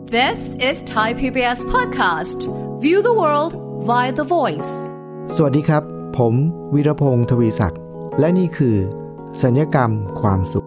This is Thai PBS podcast. View the world via the voice. สวัสดีครับผมวีรพงศ์ทวีศักดิ์และนี่คือสัญญกรรมความสุข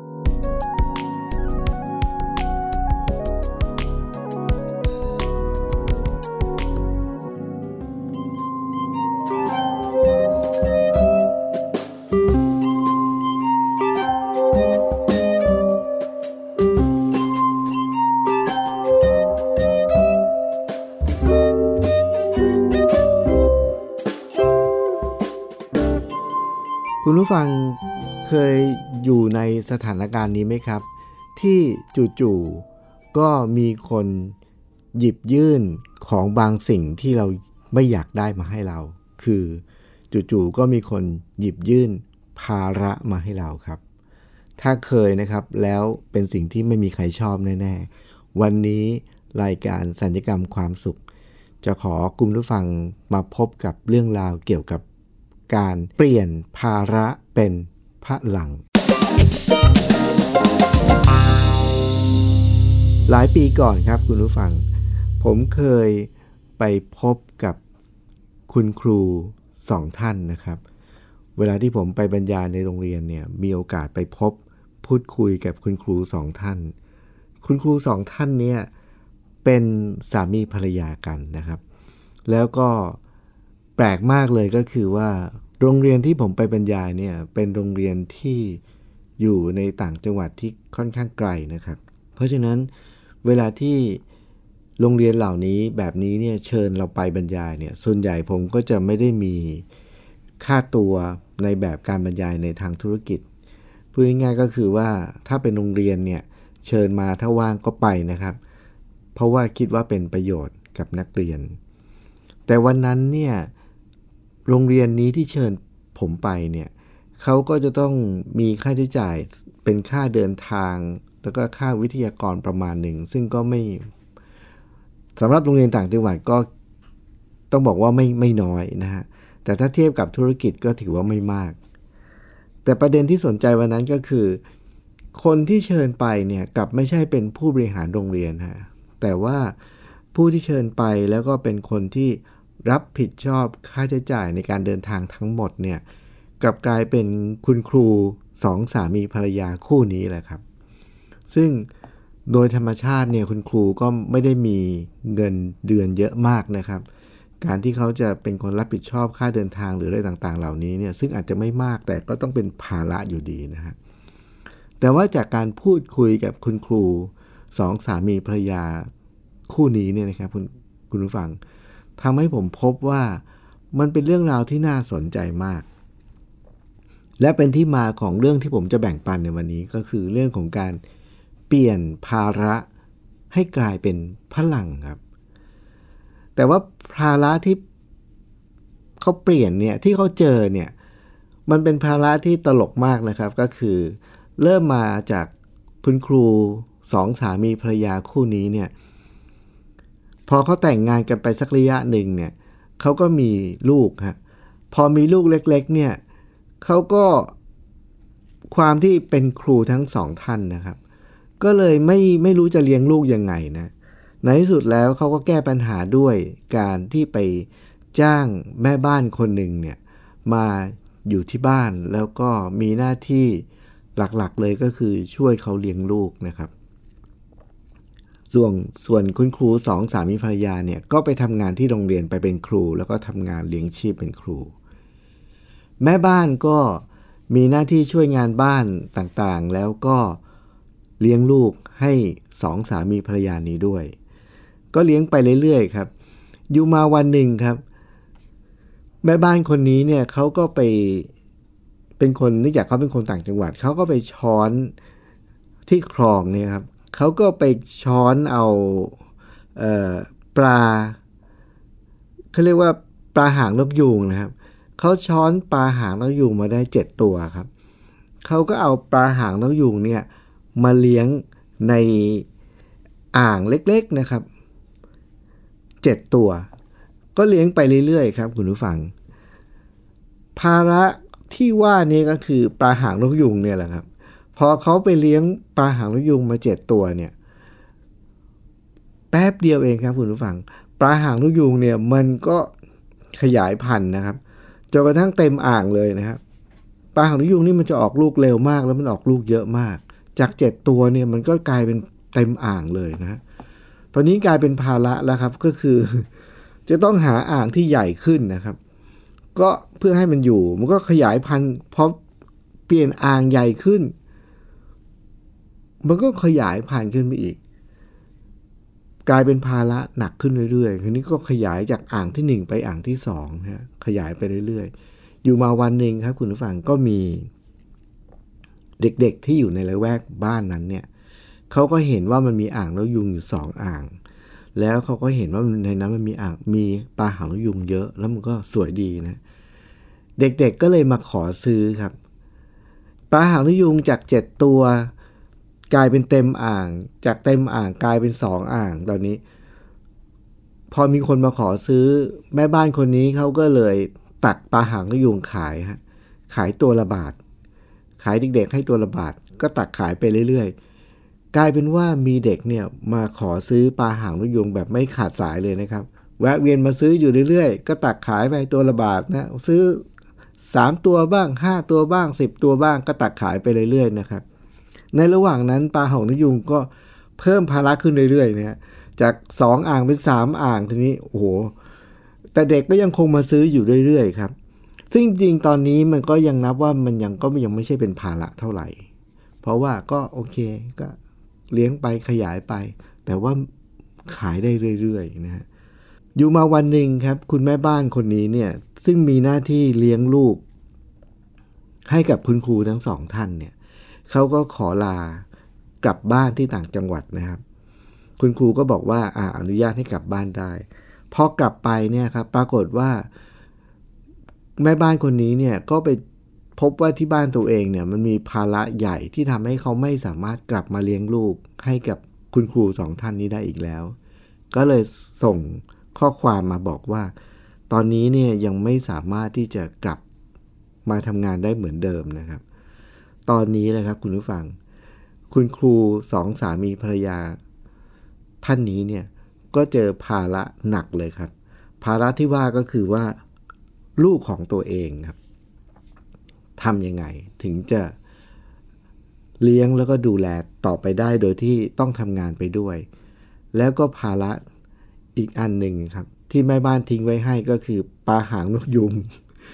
คุณผู้ฟังเคยอยู่ในสถานการณ์นี้ไหมครับที่จู่ๆก็มีคนหยิบยื่นของบางสิ่งที่เราไม่อยากได้มาให้เราคือจู่ๆก็มีคนหยิบยื่นภาระมาให้เราครับถ้าเคยนะครับแล้วเป็นสิ่งที่ไม่มีใครชอบแน่ๆวันนี้รายการสัญญกรรมความสุขจะขอคุณผู้ฟังมาพบกับเรื่องราวเกี่ยวกับการเปลี่ยนภาระเป็นพลังหลายปีก่อนครับคุณผู้ฟังผมเคยไปพบกับคุณครู2ท่านนะครับเวลาที่ผมไปบรรยายในโรงเรียนเนี่ยมีโอกาสไปพบพูดคุยกับคุณครู2ท่านคุณครู2ท่านเนี่ยเป็นสามีภรรยากันนะครับแล้วก็แปลกมากเลยก็คือว่าโรงเรียนที่ผมไปบรรยายเนี่ยเป็นโรงเรียนที่อยู่ในต่างจังหวัดที่ค่อนข้างไกลนะครับเพราะฉะนั้นเวลาที่โรงเรียนเหล่านี้แบบนี้เนี่ยเชิญเราไปบรรยายเนี่ยส่วนใหญ่ผมก็จะไม่ได้มีค่าตัวในแบบการบรรยายในทางธุรกิจพูดง่ายๆก็คือว่าถ้าเป็นโรงเรียนเนี่ยเชิญมาถ้าว่างก็ไปนะครับเพราะว่าคิดว่าเป็นประโยชน์กับนักเรียนแต่วันนั้นเนี่ยโรงเรียนนี้ที่เชิญผมไปเนี่ยเขาก็จะต้องมีค่าใช้จ่ายเป็นค่าเดินทางแล้วก็ค่าวิทยากรประมาณหนึ่งซึ่งก็ไม่สำหรับโรงเรียนต่างจังหวัดก็ต้องบอกว่าไม่น้อยนะฮะแต่ถ้าเทียบกับธุรกิจก็ถือว่าไม่มากแต่ประเด็นที่สนใจวันนั้นก็คือคนที่เชิญไปเนี่ยกลับไม่ใช่เป็นผู้บริหารโรงเรียนฮะแต่ว่าผู้ที่เชิญไปแล้วก็เป็นคนที่รับผิดชอบค่าใช้จ่ายในการเดินทางทั้งหมดเนี่ยกลับกลายเป็นคุณครู2สามีภรรยาคู่นี้แหละครับซึ่งโดยธรรมชาติเนี่ยคุณครูก็ไม่ได้มีเงินเดือนเยอะมากนะครับการที่เขาจะเป็นคนรับผิดชอบค่าเดินทางหรืออะไรต่างๆเหล่านี้เนี่ยซึ่งอาจจะไม่มากแต่ก็ต้องเป็นภาระอยู่ดีนะฮะแต่ว่าจากการพูดคุยกับคุณครู2สามีภรรยาคู่นี้เนี่ยนะครับคุณผู้ฟังทำให้ผมพบว่ามันเป็นเรื่องราวที่น่าสนใจมากและเป็นที่มาของเรื่องที่ผมจะแบ่งปันในวันนี้ก็คือเรื่องของการเปลี่ยนภาระให้กลายเป็นพลังครับแต่ว่าภาระที่เขาเปลี่ยนเนี่ยที่เขาเจอเนี่ยมันเป็นภาระที่ตลกมากนะครับก็คือเริ่มมาจากคุณครู2สามีภรรยาคู่นี้เนี่ยพอเขาแต่งงานกันไปสักระยะหนึ่งเนี่ยเขาก็มีลูกฮะพอมีลูกเล็กๆเนี่ยเขาก็ความที่เป็นครูทั้ง2ท่านนะครับก็เลยไม่รู้จะเลี้ยงลูกยังไงนะในที่สุดแล้วเขาก็แก้ปัญหาด้วยการที่ไปจ้างแม่บ้านคนหนึ่งเนี่ยมาอยู่ที่บ้านแล้วก็มีหน้าที่หลักๆเลยก็คือช่วยเขาเลี้ยงลูกนะครับส่วนคุณครู2สามีภรรยาเนี่ยก็ไปทำงานที่โรงเรียนไปเป็นครูแล้วก็ทำงานเลี้ยงชีพเป็นครูแม่บ้านก็มีหน้าที่ช่วยงานบ้านต่างๆแล้วก็เลี้ยงลูกให้2สามีภรรยานี้ด้วยก็เลี้ยงไปเรื่อยๆครับอยู่มาวันหนึ่งครับแม่บ้านคนนี้เนี่ยเขาก็ไปเป็นคนเนื่องจากเขาเป็นคนต่างจังหวัดเขาก็ไปช้อนที่คลองเนี่ยครับเขาก็ไปช้อนเอาปลาเขาเรียกว่าปลาหางนกยูงนะครับเขาช้อนปลาหางนกยูงมาได้7ตัวครับเขาก็เอาปลาหางนกยูงเนี่ยมาเลี้ยงในอ่างเล็กๆนะครับ7ตัวก็เลี้ยงไปเรื่อยๆครับคุณผู้ฟังภาระที่ว่านี้ก็คือปลาหางนกยูงเนี่ยแหละครับพอเขาไปเลี้ยงปลาหางนกยูงมา7ตัวเนี่ยแป๊ป๊บเดียวเองครับคุณผู้ฟังปลาหางนกยูงเนี่ยมันก็ขยายพันธุ์นะครับจนกระทั่งเต็มอ่างเลยนะครับปลาหางนกยูงนี่มันจะออกลูกเร็วมากแล้วมันออกลูกเยอะมากจาก7ตัวเนี่ยมันก็กลายเป็นเต็มอ่างเลยนะตอนนี้กลายเป็นภาระแล้วครับก็คือจะต้องหาอ่างที่ใหญ่ขึ้นนะครับก็เพื่อให้มันอยู่มันก็ขยายพันธุ์พอเปลี่ยนอ่างใหญ่ขึ้นมันก็ขยายพันธุ์ขึ้นไปอีกกลายเป็นภาระหนักขึ้นเรื่อยๆทีนี้ก็ขยายจากอ่างที่1ไปอ่างที่2นะขยายไปเรื่อยๆอยู่มาวันหนึ่งครับคุณผู้ฟังก็มีเด็กๆที่อยู่ในละแวกบ้านนั้นเนี่ยเขาก็เห็นว่ามันมีอ่างนกยูงอยู่2อ่างแล้วเขาก็เห็นว่าในนั้นมันมีปลาหางนกยูงเยอะแล้วมันก็สวยดีนะเด็กๆก็เลยมาขอซื้อครับปลาหางนกยูงจาก7ตัวกลายเป็นเต็มอ่างจากเต็มอ่างกลายเป็น2อ่างตอนนี้พอมีคนมาขอซื้อแม่บ้านคนนี้เขาก็เลยตักปลาหางนกยูงขายฮะขายตัวละบาทขายเด็กๆให้ตัวละบาทก็ตักขายไปเรื่อยๆกลายเป็นว่ามีเด็กเนี่ยมาขอซื้อปลาหางนกยูงแบบไม่ขาดสายเลยนะครับแวะเวียนมาซื้ออยู่เรื่อยๆก็ตักขายไปตัวละบาทนะซื้อ3ตัวบ้าง5ตัวบ้าง10ตัวบ้างก็ตักขายไปเรื่อยๆนะครับในระหว่างนั้นปลาหางนกยูงก็เพิ่มภาระขึ้นเรื่อยๆนะจาก2อ่างเป็น3อ่างทีนี้โอ้โหแต่เด็กก็ยังคงมาซื้ออยู่เรื่อยๆครับซึ่งจริงๆตอนนี้มันก็ยังนับว่ามันยังไม่ใช่เป็นภาระเท่าไหร่เพราะว่าก็โอเคก็เลี้ยงไปขยายไปแต่ว่าขายได้เรื่อยๆนะฮะอยู่มาวันหนึ่งครับคุณแม่บ้านคนนี้เนี่ยซึ่งมีหน้าที่เลี้ยงลูกให้กับคุณครูทั้ง2ท่านเนี่ยเขาก็ขอลากลับบ้านที่ต่างจังหวัดนะครับคุณครูก็บอกว่าอนุญาตให้กลับบ้านได้พอกลับไปเนี่ยครับปรากฏว่าแม่บ้านคนนี้เนี่ยก็ไปพบว่าที่บ้านตัวเองเนี่ยมันมีภาระใหญ่ที่ทำให้เขาไม่สามารถกลับมาเลี้ยงลูกให้กับคุณครู2ท่านนี้ได้อีกแล้วก็เลยส่งข้อความมาบอกว่าตอนนี้เนี่ยยังไม่สามารถที่จะกลับมาทำงานได้เหมือนเดิมนะครับตอนนี้นะครับคุณผู้ฟังคุณครู2สามีภรรยาท่านนี้เนี่ยก็เจอภาระหนักเลยครับภาระที่ว่าก็คือว่าลูกของตัวเองครับทำยังไงถึงจะเลี้ยงแล้วก็ดูแลต่อไปได้โดยที่ต้องทำงานไปด้วยแล้วก็ภาระอีกอันหนึ่งครับที่แม่บ้านทิ้งไว้ให้ก็คือปลาหางนกยูง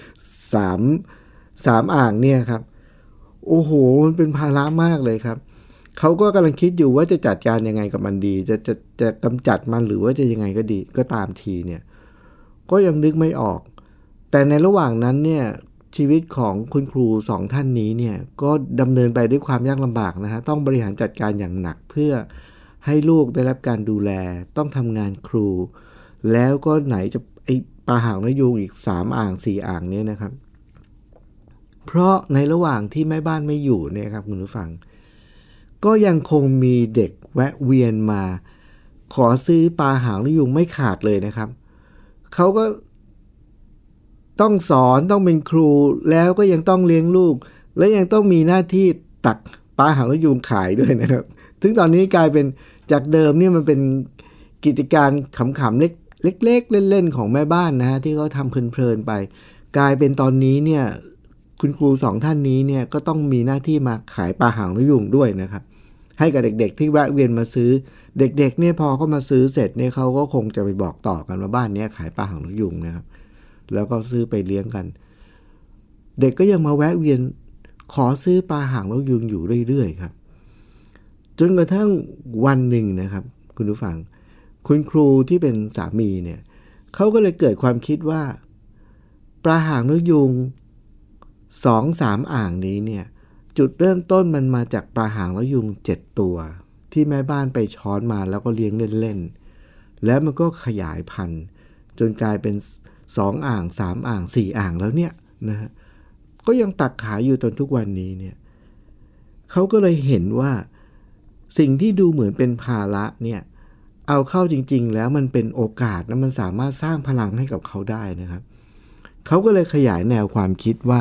3อ่างเนี่ยครับโอ้โหมันเป็นภาระมากเลยครับเขาก็กำลังคิดอยู่ว่าจะจัดการยังไงกับมันดีจะกำจัดมันหรือว่าจะยังไงก็ดีก็ตามทีเนี่ยก็ยังนึกไม่ออกแต่ในระหว่างนั้นเนี่ยชีวิตของคุณครู2ท่านนี้เนี่ยก็ดำเนินไปด้วยความยากลำบากนะฮะต้องบริหารจัดการอย่างหนักเพื่อให้ลูกได้รับการดูแลต้องทำงานครูแล้วก็ไหนจะไอปลาหางนกยูงอีก3อ่าง4อ่างเนี่ยนะครับเพราะในระหว่างที่แม่บ้านไม่อยู่เนี่ยครับคุณผู้ฟังก็ยังคงมีเด็กแวะเวียนมาขอซื้อปลาหางนกยูงไม่ขาดเลยนะครับเขาก็ต้องสอนต้องเป็นครูแล้วก็ยังต้องเลี้ยงลูกและยังต้องมีหน้าที่ตักปลาหางนกยูงขายด้วยนะครับถึงตอนนี้กลายเป็นจากเดิมเนี่ยมันเป็นกิจการขำๆเล็กๆเล่นๆของแม่บ้านนะฮะที่เขาทำเพลินๆไปกลายเป็นตอนนี้เนี่ยคุณครู2ท่านนี้เนี่ยก็ต้องมีหน้าที่มาขายปลาหางนกยูงด้วยนะครับให้กับเด็กๆที่แวะเวียนมาซื้อเด็กๆเนี่ยพอเขามาซื้อเสร็จเนี่ยเขาก็คงจะไปบอกต่อกันว่าบ้านนี้ขายปลาหางนกยูงนะครับแล้วก็ซื้อไปเลี้ยงกันเด็กก็ยังมาแวะเวียนขอซื้อปลาหางนกยูงอยู่เรื่อยๆครับจนกระทั่งวันหนึ่งนะครับคุณผู้ฟังคุณครูที่เป็นสามีเนี่ยเขาก็เลยเกิดความคิดว่าปลาหางนกยูง 2-3 อ่างนี้เนี่ยจุดเริ่มต้นมันมาจากปลาหางนกยูง7ตัวที่แม่บ้านไปช้อนมาแล้วก็เลี้ยงเล่นๆแล้วมันก็ขยายพันธุ์จนกลายเป็น2อ่าง3อ่าง4อ่างแล้วเนี่ยนะฮะก็ยังตักขายอยู่จนทุกวันนี้เนี่ยเขาก็เลยเห็นว่าสิ่งที่ดูเหมือนเป็นภาระเนี่ยเอาเข้าจริงๆแล้วมันเป็นโอกาสนะมันสามารถสร้างพลังให้กับเขาได้นะครับเขาก็เลยขยายแนวความคิดว่า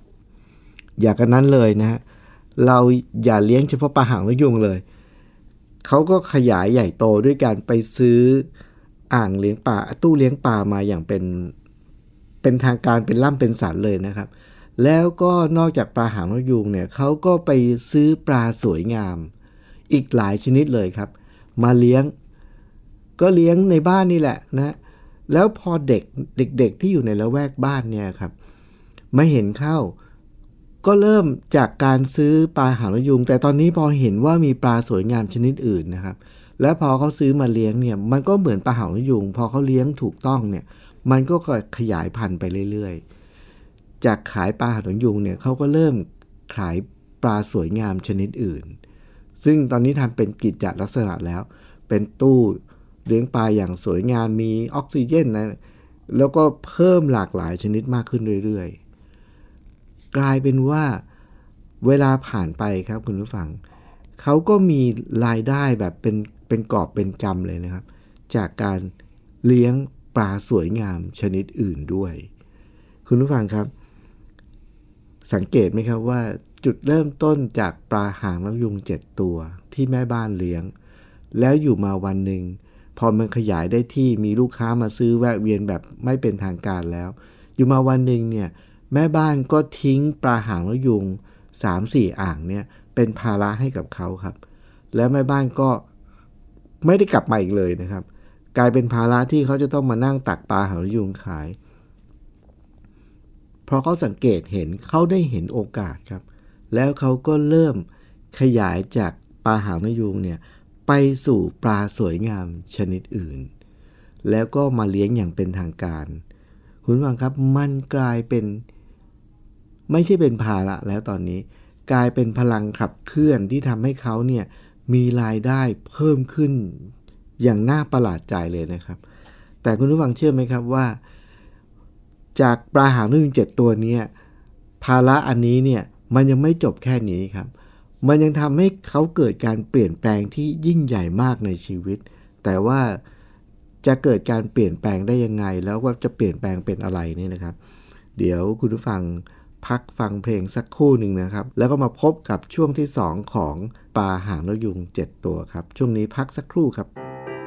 อย่ากันนั้นเลยนะฮะเราอย่าเลี้ยงเฉพาะปลาหางนกยูงเลยเขาก็ขยายใหญ่โตด้วยการไปซื้ออ่างเลี้ยงปลาตู้เลี้ยงปลามาอย่างเป็นทางการเป็นล่ำเป็นสันเลยนะครับแล้วก็นอกจากปลาหางนกยูงเนี่ยเขาก็ไปซื้อปลาสวยงามอีกหลายชนิดเลยครับมาเลี้ยงก็เลี้ยงในบ้านนี่แหละนะแล้วพอเด็กที่อยู่ในละแวกบ้านเนี่ยครับมาเห็นเข้าก็เริ่มจากการซื้อปลาหางนกยูงแต่ตอนนี้พอเห็นว่ามีปลาสวยงามชนิดอื่นนะครับแล้วพอเขาซื้อมาเลี้ยงเนี่ยมันก็เหมือนปลาหางนกยูงพอเขาเลี้ยงถูกต้องเนี่ยมันก็ขยายพันธุ์ไปเรื่อยๆจากขายปลาหางนกยูงเนี่ยเขาก็เริ่มขายปลาสวยงามชนิดอื่นซึ่งตอนนี้ทำเป็นกิจจลักษณะแล้วเป็นตู้เลี้ยงปลาอย่างสวยงามมีออกซิเจนนะแล้วก็เพิ่มหลากหลายชนิดมากขึ้นเรื่อยๆกลายเป็นว่าเวลาผ่านไปครับคุณผู้ฟังเขาก็มีรายได้แบบเป็นกอบเป็นกำเลยนะครับจากการเลี้ยงปลาสวยงามชนิดอื่นด้วยคุณผู้ฟังครับสังเกตไหมครับว่าจุดเริ่มต้นจากปลาหางนกยูง7ตัวที่แม่บ้านเลี้ยงแล้วอยู่มาวันหนึ่งพอมันขยายได้ที่มีลูกค้ามาซื้อแวะเวียนแบบไม่เป็นทางการแล้วอยู่มาวันหนึ่งเนี่ยแม่บ้านก็ทิ้งปลาหางนกยูง 3-4 อ่างเนี่ยเป็นภาระให้กับเขาครับแล้วแม่บ้านก็ไม่ได้กลับมาอีกเลยนะครับกลายเป็นภาระที่เขาจะต้องมานั่งตักปลาหางนกยูงขายเพราะเขาสังเกตเห็นเขาได้เห็นโอกาสครับแล้วเขาก็เริ่มขยายจากปลาหางนกยูงเนี่ยไปสู่ปลาสวยงามชนิดอื่นแล้วก็มาเลี้ยงอย่างเป็นทางการคุณผู้ฟังครับมันกลายเป็นไม่ใช่เป็นภาระแล้วตอนนี้กลายเป็นพลังขับเคลื่อนที่ทำให้เขาเนี่ยมีรายได้เพิ่มขึ้นอย่างน่าประหลาดใจเลยนะครับแต่คุณผู้ฟังเชื่อไหมครับว่าจากปลาหางนกยูง7ตัวนี้ภาระอันนี้เนี่ยมันยังไม่จบแค่นี้ครับมันยังทำให้เขาเกิดการเปลี่ยนแปลงที่ยิ่งใหญ่มากในชีวิตแต่ว่าจะเกิดการเปลี่ยนแปลงได้ยังไงแล้วว่าจะเปลี่ยนแปลงเป็นอะไรนี่นะครับเดี๋ยวคุณผู้ฟังพักฟังเพลงสักครู่หนึ่งนะครับแล้วก็มาพบกับช่วงที่2ของปลาหางนกยูง7ตัวครับช่วงนี้พักสักครู่ครับ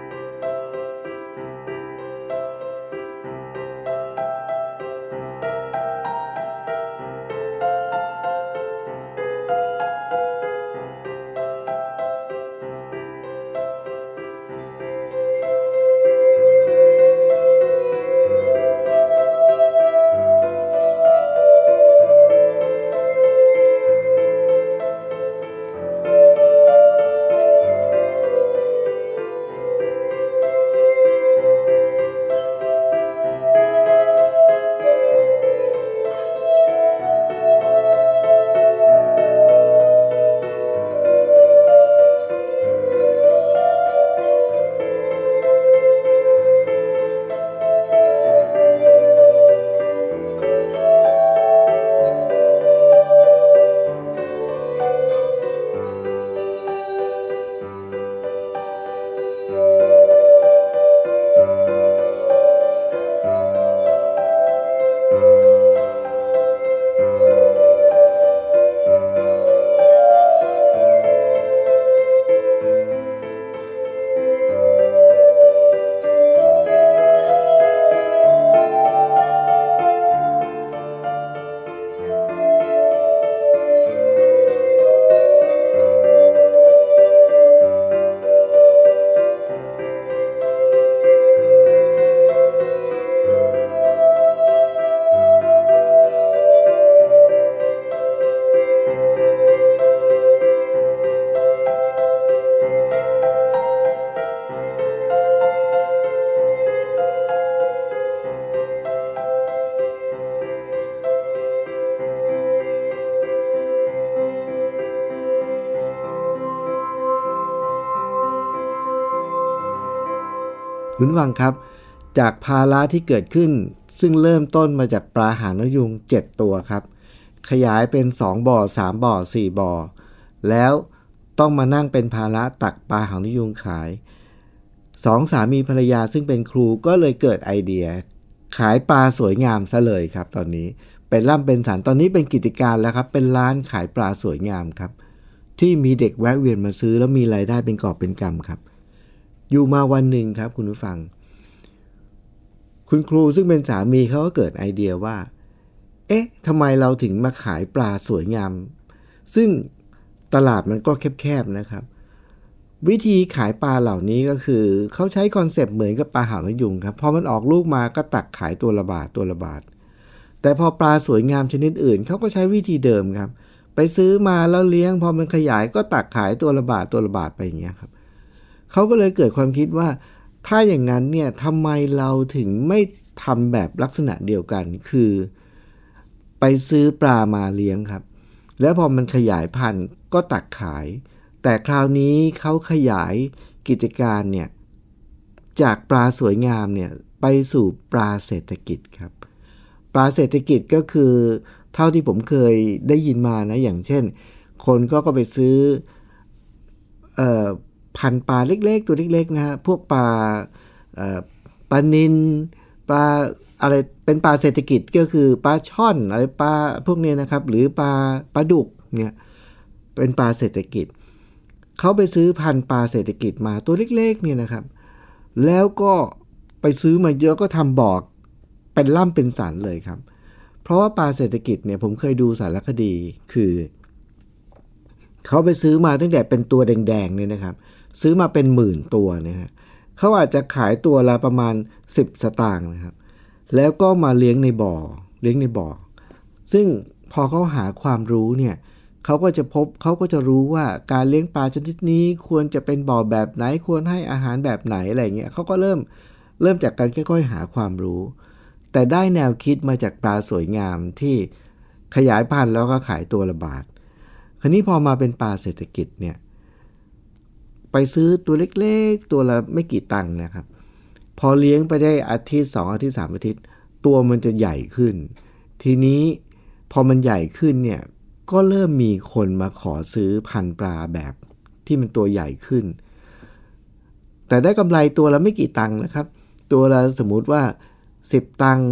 คุณผู้ฟังครับจากภาระที่เกิดขึ้นซึ่งเริ่มต้นมาจากปลาหางนกยูง7ตัวครับขยายเป็น2บ่อ3บ่อ4บ่อแล้วต้องมานั่งเป็นภาระตักปลาหางนกยูงขาย2สามีภรรยาซึ่งเป็นครูก็เลยเกิดไอเดียขายปลาสวยงามซะเลยครับตอนนี้เป็นร่ำเป็นสันตอนนี้เป็นกิจการแล้วครับเป็นร้านขายปลาสวยงามครับที่มีเด็กแวะเวียนมาซื้อแล้วมีรายได้เป็นกอบเป็นกำครับอยู่มาวันหนึ่งครับคุณผู้ฟังคุณครูซึ่งเป็นสามีเขาก็เกิดไอเดียว่าทำไมเราถึงมาขายปลาสวยงามซึ่งตลาดมันก็แคบๆนะครับวิธีขายปลาเหล่านี้ก็คือเขาใช้คอนเซปต์เหมือนกับปลาหางนกยูงครับพอมันออกลูกมาก็ตักขายตัวละบาทแต่พอปลาสวยงามชนิดอื่นเขาก็ใช้วิธีเดิมครับไปซื้อมาแล้วเลี้ยงพอมันขยายก็ตักขายตัวละบาทไปอย่างเงี้ยครับเขาก็เลยเกิดความคิดว่าถ้าอย่างนั้นเนี่ยทำไมเราถึงไม่ทำแบบลักษณะเดียวกันคือไปซื้อปลามาเลี้ยงครับแล้วพอมันขยายพันธุ์ก็ตักขายแต่คราวนี้เขาขยายกิจการเนี่ยจากปลาสวยงามเนี่ยไปสู่ปลาเศรษฐกิจครับปลาเศรษฐกิจก็คือเท่าที่ผมเคยได้ยินมานะอย่างเช่นคนก็ไปซื้อพันธุ์ปลาเล็กๆตัวเล็กๆนะฮะพวกปลานิลปลาอะไรเป็นปลาเศรษฐกิจก็คือปลาช่อนอะไรปลาพวกนี้นะครับหรือปลาดุกเนี่ยเป็นปลาเศรษฐกิจเขาไปซื้อพันธุ์ปลาเศรษฐกิจมาตัวเล็กๆเนี่ยนะครับแล้วก็ไปซื้อมาเยอะก็ทำบ่อเป็นล่ำเป็นสันเลยครับเพราะว่าปลาเศรษฐกิจเนี่ยผมเคยดูสารคดีคือเขาไปซื้อมาตั้งแต่เป็นตัวแดงๆเนี่ยนะครับซื้อมาเป็น10,000ตัวนะฮะเขาอาจจะขายตัวละประมาณ10 สตางค์นะครับแล้วก็มาเลี้ยงในบ่อซึ่งพอเขาหาความรู้เนี่ยเขาก็จะรู้ว่าการเลี้ยงปลาชนิดนี้ควรจะเป็นบ่อแบบไหนควรให้อาหารแบบไหนอะไรเงี้ยเขาก็เริ่มจากการค่อยๆหาความรู้แต่ได้แนวคิดมาจากปลาสวยงามที่ขยายพันธุ์แล้วก็ขายตัวละบาทคราวนี้พอมาเป็นปลาเศรษฐกิจเนี่ยไปซื้อตัวเล็กๆตัวละไม่กี่ตังค์นะครับพอเลี้ยงไปได้อาทิตย์2 อาทิตย์3 อาทิตย์ตัวมันจะใหญ่ขึ้นทีนี้พอมันใหญ่ขึ้นเนี่ยก็เริ่มมีคนมาขอซื้อพันธุ์ปลาแบบที่มันตัวใหญ่ขึ้นแต่ได้กำไรตัวละไม่กี่ตังค์นะครับตัวละสมมุติว่า10 ตังค์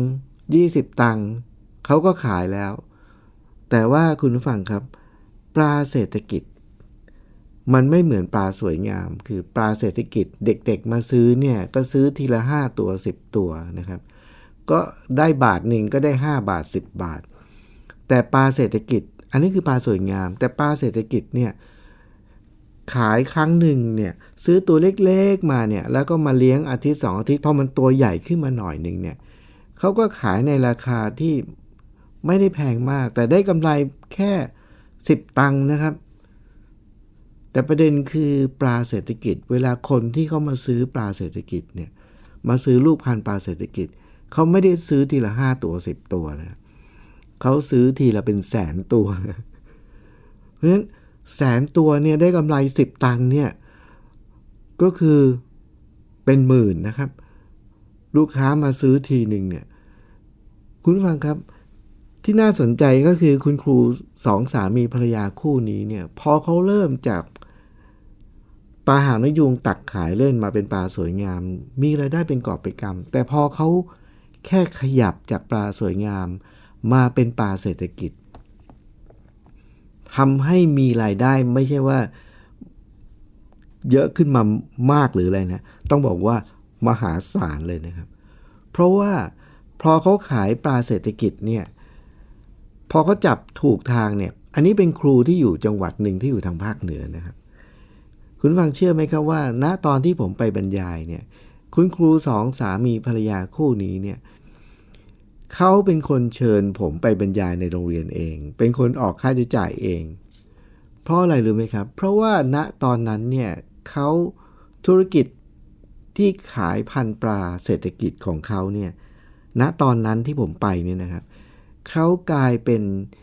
20 ตังค์เขาก็ขายแล้วแต่ว่าคุณผู้ฟังครับปลาเศรษฐกิจมันไม่เหมือนปลาสวยงามคือปลาเศรษฐกิจเด็กๆมาซื้อเนี่ยก็ซื้อทีละ5 ตัว10 ตัวนะครับก็ได้บาทหนึ่งก็ได้5 บาท10 บาทแต่ปลาเศรษฐกิจอันนี้คือปลาสวยงามแต่ปลาเศรษฐกิจเนี่ยขายครั้งหนึ่งเนี่ยซื้อตัวเล็กๆมาเนี่ยแล้วก็มาเลี้ยงอาทิตย์2 อาทิตย์พอมันตัวใหญ่ขึ้นมาหน่อยนึงเนี่ยเขาก็ขายในราคาที่ไม่ได้แพงมากแต่ได้กำไรแค่10 ตังค์นะครับแต่ประเด็นคือปลาเศรษฐกิจเวลาคนที่เขามาซื้อปลาเศรษฐกิจเนี่ยมาซื้อลูกพันธุ์ปลาเศรษฐกิจเขาไม่ได้ซื้อทีละ5 ตัว10 ตัวนะเขาซื้อทีละเป็นแสนตัวเพราะฉะนั้นแสนตัวเนี่ยได้กำไร10 ตังค์เนี่ยก็คือเป็นหมื่นนะครับลูกค้ามาซื้อทีหนึ่งเนี่ยคุณฟังครับที่น่าสนใจก็คือคุณครู2 สามีภรรยาคู่นี้เนี่ยพอเขาเริ่มจากปลาหางนกยูงตักขายเล่นมาเป็นปลาสวยงามมีรายได้เป็นกอบเป็นกำแต่พอเขาแค่ขยับจากปลาสวยงามมาเป็นปลาเศรษฐกิจทำให้มีรายได้ไม่ใช่ว่าเยอะขึ้นมามากหรืออะไรนะต้องบอกว่ามหาศาลเลยนะครับเพราะว่าพอเขาขายปลาเศรษฐกิจเนี่ยพอเขาจับถูกทางเนี่ยอันนี้เป็นครูที่อยู่จังหวัดหนึ่งที่อยู่ทางภาคเหนือนะครับคุณฟังเชื่อไหมครับว่าณตอนที่ผมไปบรรยายเนี่ยคุณครู2 สามีภรรยาคู่นี้เนี่ยเขาเป็นคนเชิญผมไปบรรยายในโรงเรียนเองเป็นคนออกค่าใช้จ่ายเองเพราะอะไรรู้ไหมครับเพราะว่าณตอนนั้นเนี่ยเขาธุรกิจที่ขายพันธุ์ปลาเศรษฐกิจของเขาเนี่ยณตอนนั้นที่ผมไปเนี่ยนะครับเขากลายเป็น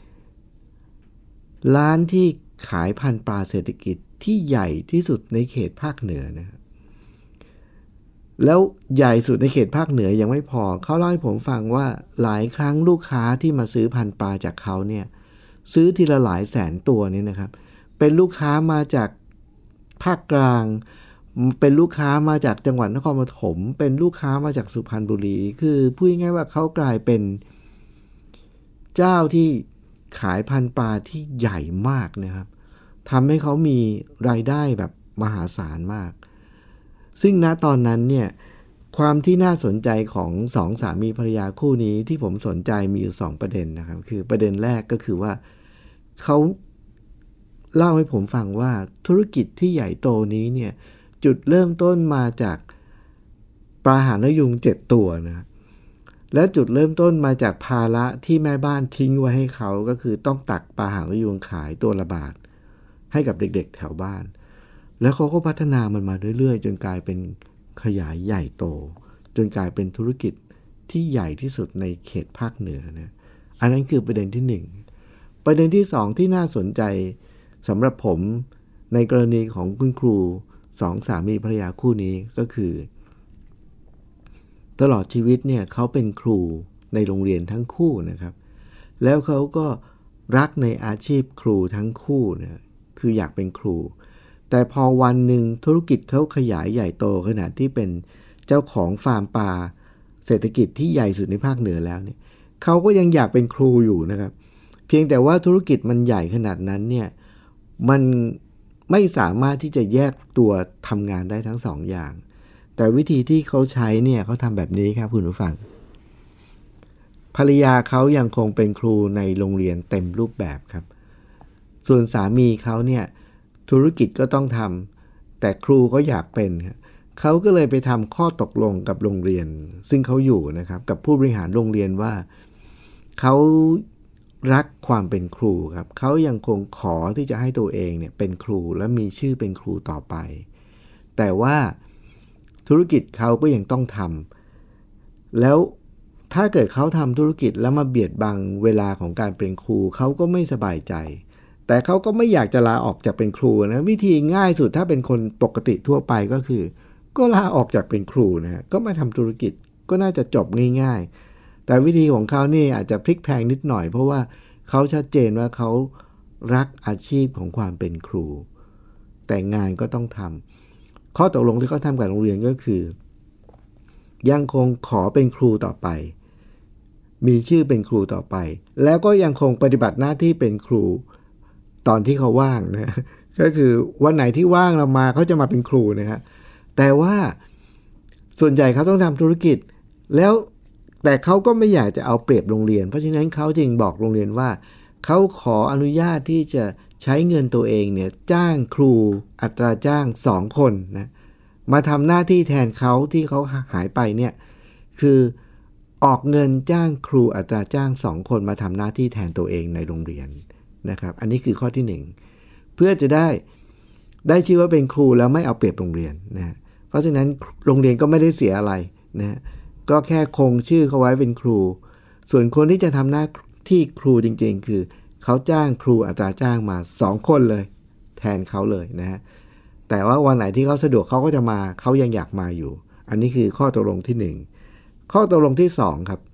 ร้านที่ขายพันธุ์ปลาเศรษฐกิจที่ใหญ่ที่สุดในเขตภาคเหนือนะครับแล้วใหญ่สุดในเขตภาคเหนือยังไม่พอเขาเล่าให้ผมฟังว่าหลายครั้งลูกค้าที่มาซื้อพันธุ์ปลาจากเขาเนี่ยซื้อทีละหลายแสนตัวเนี่ยนะครับเป็นลูกค้ามาจากภาคกลางเป็นลูกค้ามาจากจังหวัดนครปฐมเป็นลูกค้ามาจากสุพรรณบุรีคือพูดง่ายๆว่าเขากลายเป็นเจ้าที่ขายพันธุ์ปลาที่ใหญ่มากนะครับทำให้เขามีรายได้แบบมหาศาลมากซึ่งณตอนนั้นเนี่ยความที่น่าสนใจของสองสามีภรรยาคู่นี้ที่ผมสนใจมีอยู่2ประเด็นนะครับคือประเด็นแรกก็คือว่าเขาเล่าให้ผมฟังว่าธุรกิจที่ใหญ่โตนี้เนี่ยจุดเริ่มต้นมาจากปลาหางนกยูง7ตัวนะและจุดเริ่มต้นมาจากภาระที่แม่บ้านทิ้งไว้ให้เขาก็คือต้องตักปลาหางนกยูงขายตัวละบาทให้กับเด็กๆแถวบ้านแล้วเขาก็พัฒนามันมาเรื่อยๆจนกลายเป็นขยายใหญ่โตจนกลายเป็นธุรกิจที่ใหญ่ที่สุดในเขตภาคเหนือนะอันนั้นคือประเด็นที่1ประเด็นที่2ที่น่าสนใจสำหรับผมในกรณีของคุณครู2สามีภรรยาคู่นี้ก็คือตลอดชีวิตเนี่ยเขาเป็นครูในโรงเรียนทั้งคู่นะครับแล้วเขาก็รักในอาชีพครูทั้งคู่นะคืออยากเป็นครูแต่พอวันหนึ่งธุรกิจเขาขยายใหญ่โตขนาดที่เป็นเจ้าของฟาร์มปลาเศรษฐกิจที่ใหญ่สุดในภาคเหนือแล้วเนี่ยเขาก็ยังอยากเป็นครูอยู่นะครับเพียงแต่ว่าธุรกิจมันใหญ่ขนาดนั้นเนี่ยมันไม่สามารถที่จะแยกตัวทำงานได้ทั้ง2 อย่างแต่วิธีที่เขาใช้เนี่ยเขาทำแบบนี้ครับคุณผู้ฟังภรรยาเขายังคงเป็นครูในโรงเรียนเต็มรูปแบบครับส่วนสามีเขาเนี่ยธุรกิจก็ต้องทำแต่ครูก็อยากเป็นครับเขาก็เลยไปทำข้อตกลงกับโรงเรียนซึ่งเขาอยู่นะครับกับผู้บริหารโรงเรียนว่าเขารักความเป็นครูครับเขายังคงขอที่จะให้ตัวเองเนี่ยเป็นครูและมีชื่อเป็นครูต่อไปแต่ว่าธุรกิจเขาก็ยังต้องทำแล้วถ้าเกิดเขาทำธุรกิจแล้วมาเบียดบังเวลาของการเป็นครูเขาก็ไม่สบายใจแต่เขาก็ไม่อยากจะลาออกจากเป็นครูนะวิธีง่ายสุดถ้าเป็นคนปกติทั่วไปก็คือก็ลาออกจากเป็นครูนะก็มาทำธุรกิจก็น่าจะจบง่ายๆแต่วิธีของเขานี่อาจจะพลิกแพลงนิดหน่อยเพราะว่าเขาชัดเจนว่าเขารักอาชีพของความเป็นครูแต่งานก็ต้องทำข้อตกลงที่เขาทำกับโรงเรียนก็คือยังคงขอเป็นครูต่อไปมีชื่อเป็นครูต่อไปแล้วก็ยังคงปฏิบัติหน้าที่เป็นครูตอนที่เขาว่างนะก็คือวันไหนที่ว่างเรามาเขาจะมาเป็นครูนะครับแต่ว่าส่วนใหญ่เขาต้องทำธุรกิจแล้วแต่เขาก็ไม่อยากจะเอาเปรียบโรงเรียนเพราะฉะนั้นเขาจึงบอกโรงเรียนว่าเขาขออนุญาตที่จะใช้เงินตัวเองเนี่ยจ้างครูอัตราจ้าง2 คนนะมาทำหน้าที่แทนเขาที่เขาหายไปเนี่ยคือออกเงินจ้างครูอัตราจ้าง2 คนมาทำหน้าที่แทนตัวเองในโรงเรียนนะครับอันนี้คือข้อที่1เพื่อจะได้ชื่อว่าเป็นครูแล้วไม่เอาเปรียบโรงเรียนนะเพราะฉะนั้นโรงเรียนก็ไม่ได้เสียอะไรนะก็แค่คงชื่อเขาไว้เป็นครูส่วนคนที่จะทำหน้าที่ครูจริงๆคือเขาจ้างครูอัตราจ้างมา2 คนเลยแทนเขาเลยนะฮะแต่ว่าวันไหนที่เขาสะดวกเขาก็จะมาเขายังอยากมาอยู่อันนี้คือข้อตกลงที่1ข้อตกลงที่2ครับ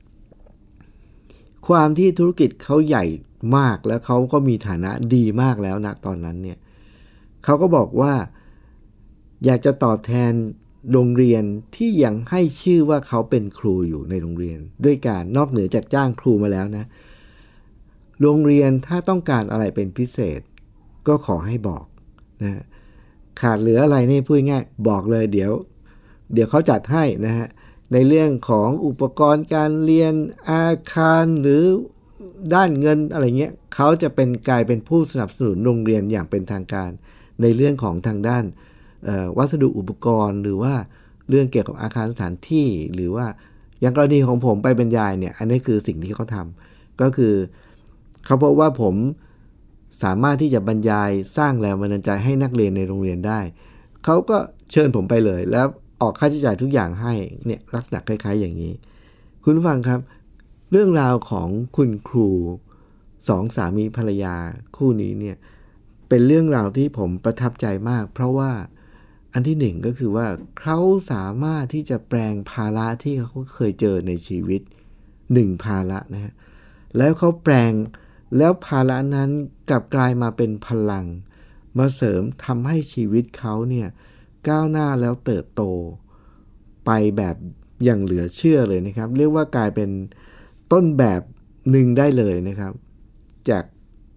ความที่ธุรกิจเขาใหญ่มากแล้วเขาก็มีฐานะดีมากแล้วนะตอนนั้นเนี่ยเขาก็บอกว่าอยากจะตอบแทนโรงเรียนที่ยังให้ชื่อว่าเขาเป็นครูอยู่ในโรงเรียนด้วยการนอกเหนือจากจ้างครูมาแล้วนะโรงเรียนถ้าต้องการอะไรเป็นพิเศษก็ขอให้บอกนะขาดเหลืออะไรนี่พูดง่ายบอกเลยเดี๋ยวเขาจัดให้นะฮะในเรื่องของอุปกรณ์การเรียนอาคารหรือด้านเงินอะไรเงี้ยเขาจะกลายเป็นผู้สนับสนุนโรงเรียนอย่างเป็นทางการในเรื่องของทางด้านวัสดุอุปกรณ์หรือว่าเรื่องเกี่ยวกับอาคารสถานที่หรือว่าอย่างกรณีของผมไปบรรยายเนี่ยอันนี้คือสิ่งที่เขาทำก็คือเขาพบว่าผมสามารถที่จะบรรยายสร้างแรงบันดาลใจให้นักเรียนในโรงเรียนได้เขาก็เชิญผมไปเลยแล้วออกค่าใช้จ่ายทุกอย่างให้เนี่ยลักษณะคล้ายๆอย่างนี้คุณผู้ฟังครับเรื่องราวของคุณครู2 สามีภรรยาคู่นี้เนี่ยเป็นเรื่องราวที่ผมประทับใจมากเพราะว่าอันที่1ก็คือว่าเขาสามารถที่จะแปลงภาระที่เขาเคยเจอในชีวิต1 ภาระนะฮะแล้วเขาแปลงแล้วภาระนั้นกลับกลายมาเป็นพลังมาเสริมทำให้ชีวิตเขาเนี่ยก้าวหน้าแล้วเติบโตไปแบบอย่างเหลือเชื่อเลยนะครับเรียกว่ากลายเป็นต้นแบบหนึ่งได้เลยนะครับจาก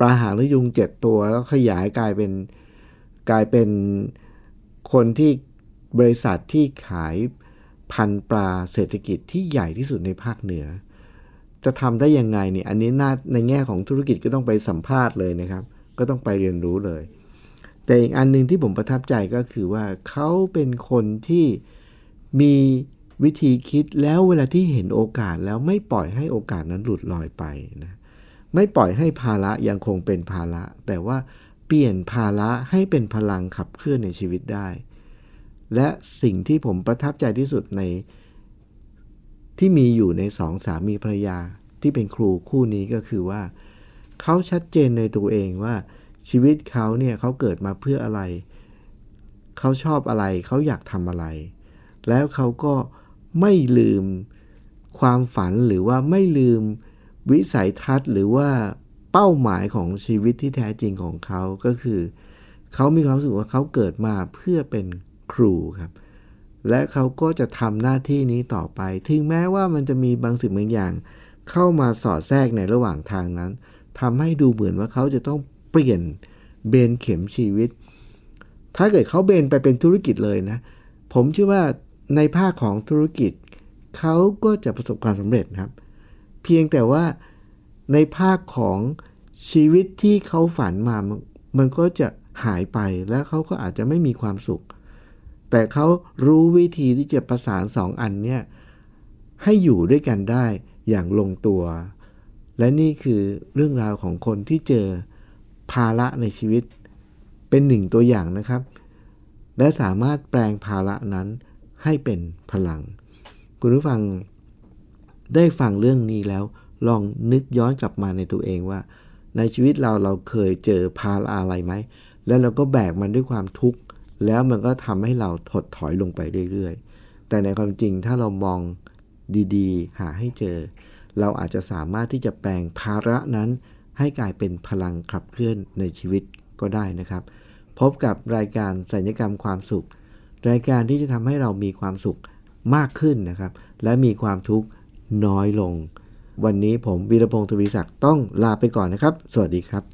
ปลาหางนกยูง7ตัวแล้วขยายกลายเป็นคนที่บริษัทที่ขายพันธุ์ปลาเศรษฐกิจที่ใหญ่ที่สุดในภาคเหนือจะทำได้ยังไงเนี่ยอันนี้ในแง่ของธุรกิจก็ต้องไปสัมภาษณ์เลยนะครับก็ต้องไปเรียนรู้เลยแต่อีกอันนึงที่ผมประทับใจก็คือว่าเขาเป็นคนที่มีวิธีคิดแล้วเวลาที่เห็นโอกาสแล้วไม่ปล่อยให้โอกาสนั้นหลุดลอยไปนะไม่ปล่อยให้ภาระยังคงเป็นภาระแต่ว่าเปลี่ยนภาระให้เป็นพลังขับเคลื่อนในชีวิตได้และสิ่งที่ผมประทับใจที่สุดในที่มีอยู่ใน2 สามีภรรยาที่เป็นครูคู่นี้ก็คือว่าเขาชัดเจนในตัวเองว่าชีวิตเขาเนี่ยเขาเกิดมาเพื่ออะไรเขาชอบอะไรเขาอยากทำอะไรแล้วเขาก็ไม่ลืมความฝันหรือว่าไม่ลืมวิสัยทัศน์หรือว่าเป้าหมายของชีวิตที่แท้จริงของเขาก็คือเขามีความรู้สึกว่าเขาเกิดมาเพื่อเป็นครูครับและเขาก็จะทำหน้าที่นี้ต่อไปถึงแม้ว่ามันจะมีบางสิ่งบางอย่างเข้ามาสอดแทรกในระหว่างทางนั้นทำให้ดูเหมือนว่าเขาจะต้องเปลี่ยนเบนเข็มชีวิตถ้าเกิดเขาเบนไปเป็นธุรกิจเลยนะผมเชื่อว่าในภาคของธุรกิจเขาก็จะประสบความสำเร็จครับเพียงแต่ว่าในภาคของชีวิตที่เขาฝันมามันก็จะหายไปและเขาก็อาจจะไม่มีความสุขแต่เขารู้วิธีที่จะประสาน2 อันเนี่ยให้อยู่ด้วยกันได้อย่างลงตัวและนี่คือเรื่องราวของคนที่เจอภาระในชีวิตเป็น1 ตัวอย่างนะครับและสามารถแปลงภาระนั้นให้เป็นพลังคุณผู้ฟังได้ฟังเรื่องนี้แล้วลองนึกย้อนกลับมาในตัวเองว่าในชีวิตเราเคยเจอภาระอะไรไหมแล้วเราก็แบกมันด้วยความทุกข์แล้วมันก็ทำให้เราถดถอยลงไปเรื่อยๆแต่ในความจริงถ้าเรามองดีๆหาให้เจอเราอาจจะสามารถที่จะแปลงภาระนั้นให้กลายเป็นพลังขับเคลื่อนในชีวิตก็ได้นะครับพบกับรายการสัญญกรรมความสุขรายการที่จะทำให้เรามีความสุขมากขึ้นนะครับและมีความทุกข์น้อยลงวันนี้ผมวีรพงษ์ ทวีศักดิ์ต้องลาไปก่อนนะครับสวัสดีครับ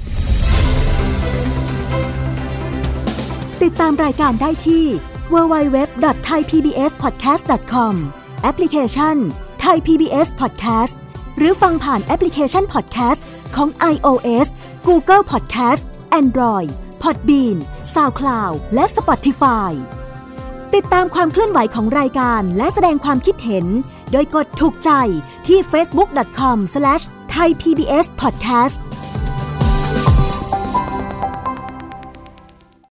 ติดตามรายการได้ที่ www.thaipbspodcast.com แอปพลิเคชัน Thai PBS Podcast หรือฟังผ่านแอปพลิเคชัน Podcast ของ iOS Google Podcast Android Podbean SoundCloud และ Spotify ติดตามความเคลื่อนไหวของรายการและแสดงความคิดเห็นโดยกดถูกใจที่ facebook.com/thaipbspodcast